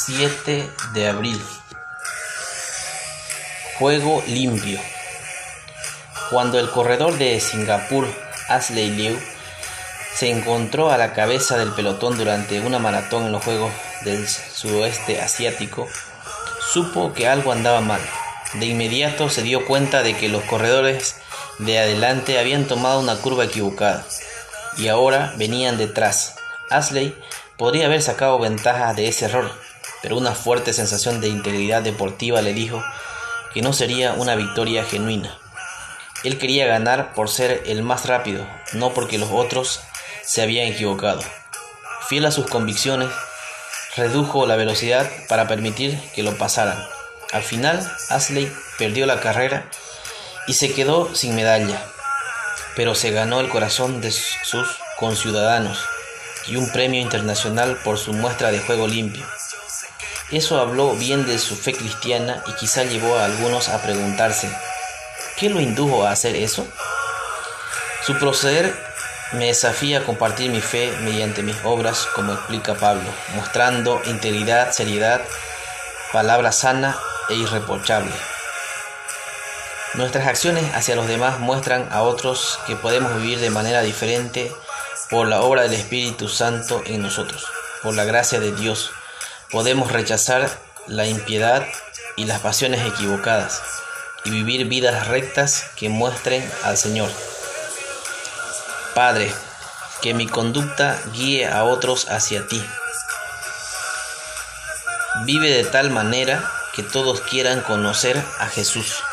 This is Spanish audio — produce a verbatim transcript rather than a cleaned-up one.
siete de abril. Juego limpio. Cuando el corredor de Singapur, Ashley Liu, se encontró a la cabeza del pelotón durante una maratón en los Juegos del Sudoeste Asiático, supo que algo andaba mal. De inmediato se dio cuenta de que los corredores de adelante habían tomado una curva equivocada y ahora venían detrás. Ashley podría haber sacado ventaja de ese error, pero una fuerte sensación de integridad deportiva le dijo que no sería una victoria genuina. Él quería ganar por ser el más rápido, no porque los otros se habían equivocado. Fiel a sus convicciones, redujo la velocidad para permitir que lo pasaran. Al final, Ashley perdió la carrera y se quedó sin medalla, pero se ganó el corazón de sus conciudadanos y un premio internacional por su muestra de juego limpio. Eso habló bien de su fe cristiana y quizá llevó a algunos a preguntarse, ¿qué lo indujo a hacer eso? Su proceder me desafía a compartir mi fe mediante mis obras, como explica Pablo, mostrando integridad, seriedad, palabra sana e irreprochable. Nuestras acciones hacia los demás muestran a otros que podemos vivir de manera diferente por la obra del Espíritu Santo en nosotros. Por la gracia de Dios, podemos rechazar la impiedad y las pasiones equivocadas y vivir vidas rectas que muestren al Señor. Padre, que mi conducta guíe a otros hacia ti. Vive de tal manera que todos quieran conocer a Jesús.